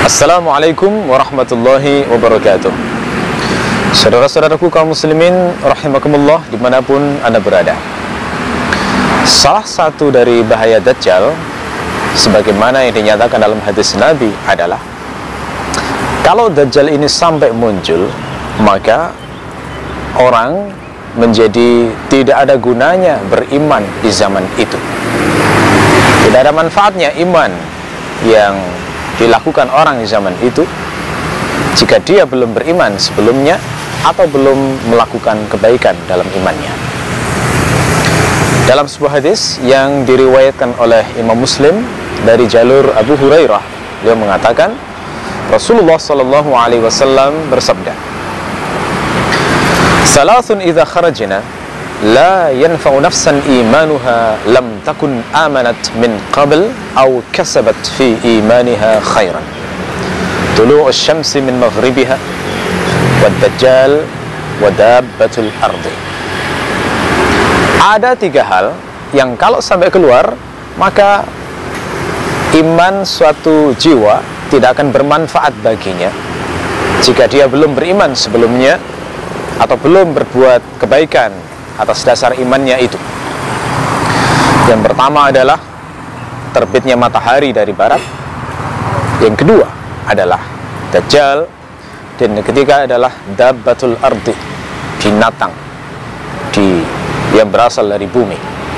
Assalamualaikum warahmatullahi wabarakatuh. Saudara-saudaraku kaum muslimin rahimakumullah dimanapun Anda berada. Salah satu dari bahaya Dajjal sebagaimana yang dinyatakan dalam hadis Nabi adalah kalau Dajjal ini sampai muncul, maka orang menjadi tidak ada gunanya beriman di zaman itu. Tidak ada manfaatnya iman yang dilakukan orang di zaman itu jika dia belum beriman sebelumnya atau belum melakukan kebaikan dalam imannya. Dalam sebuah hadis yang diriwayatkan oleh Imam Muslim dari jalur Abu Hurairah, beliau mengatakan Rasulullah sallallahu alaihi wasallam bersabda, "Salasun idza kharajna la yanfa'u nafsan imanuha lam takun amanat min qabl aw kasabat fi imaniha khairan. Tulu'u syamsi min maghribiha wad dajjal wa dabbatul ardi." Ada tiga hal yang kalau sampai keluar maka iman suatu jiwa tidak akan bermanfaat baginya jika dia belum beriman sebelumnya atau belum berbuat kebaikan atas dasar imannya itu. Yang pertama adalah terbitnya matahari dari barat. Yang kedua adalah Dajjal. Dan yang ketiga adalah dabbatul ardi, binatang yang berasal dari bumi.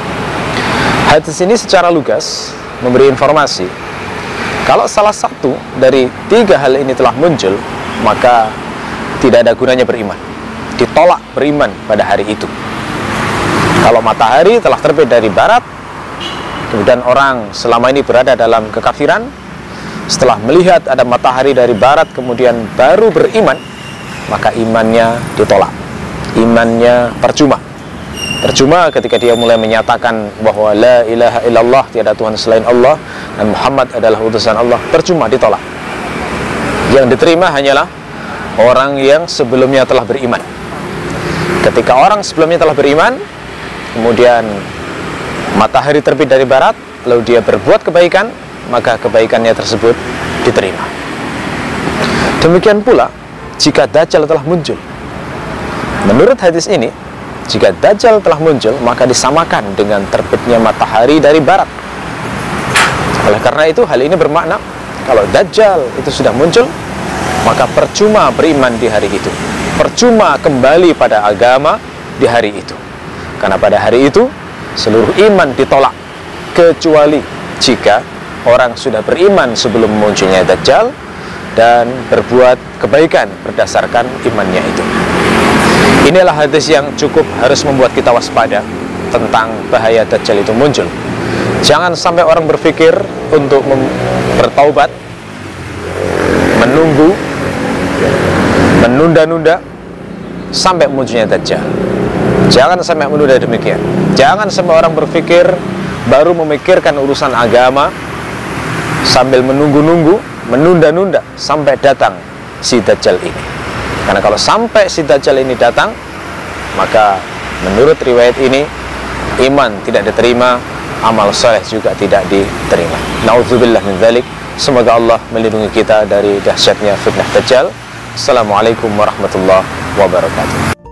Hadis ini secara lugas memberi informasi kalau salah satu dari tiga hal ini telah muncul, maka tidak ada gunanya beriman, ditolak beriman pada hari itu. Kalau matahari telah terbit dari barat, kemudian orang selama ini berada dalam kekafiran, setelah melihat ada matahari dari barat kemudian baru beriman, maka imannya ditolak, imannya percuma. Percuma ketika dia mulai menyatakan bahwa la ilaha illallah, tiada Tuhan selain Allah, dan Muhammad adalah utusan Allah, percuma, ditolak. Yang diterima hanyalah orang yang sebelumnya telah beriman. Ketika orang sebelumnya telah beriman, kemudian matahari terbit dari barat, lalu dia berbuat kebaikan, maka kebaikannya tersebut diterima. Demikian pula jika Dajjal telah muncul. Menurut hadis ini, jika Dajjal telah muncul, maka disamakan dengan terbitnya matahari dari barat. Oleh karena itu, hal ini bermakna kalau Dajjal itu sudah muncul, maka percuma beriman di hari itu, percuma kembali pada agama di hari itu. Karena pada hari itu seluruh iman ditolak, kecuali jika orang sudah beriman sebelum munculnya Dajjal dan berbuat kebaikan berdasarkan imannya itu. Inilah hadis yang cukup harus membuat kita waspada tentang bahaya Dajjal itu muncul. Jangan sampai orang berpikir untuk bertaubat, menunda-nunda sampai munculnya Dajjal. Jangan sampai menunda demikian. Jangan sampai orang berpikir baru memikirkan urusan agama sambil menunggu-nunggu, menunda-nunda sampai datang si Dajjal ini. Karena kalau sampai si Dajjal ini datang, maka menurut riwayat ini iman tidak diterima, amal soleh juga tidak diterima. Na'udzubillah min dzalik. Semoga Allah melindungi kita dari dahsyatnya fitnah Dajjal. Assalamualaikum warahmatullahi wabarakatuh.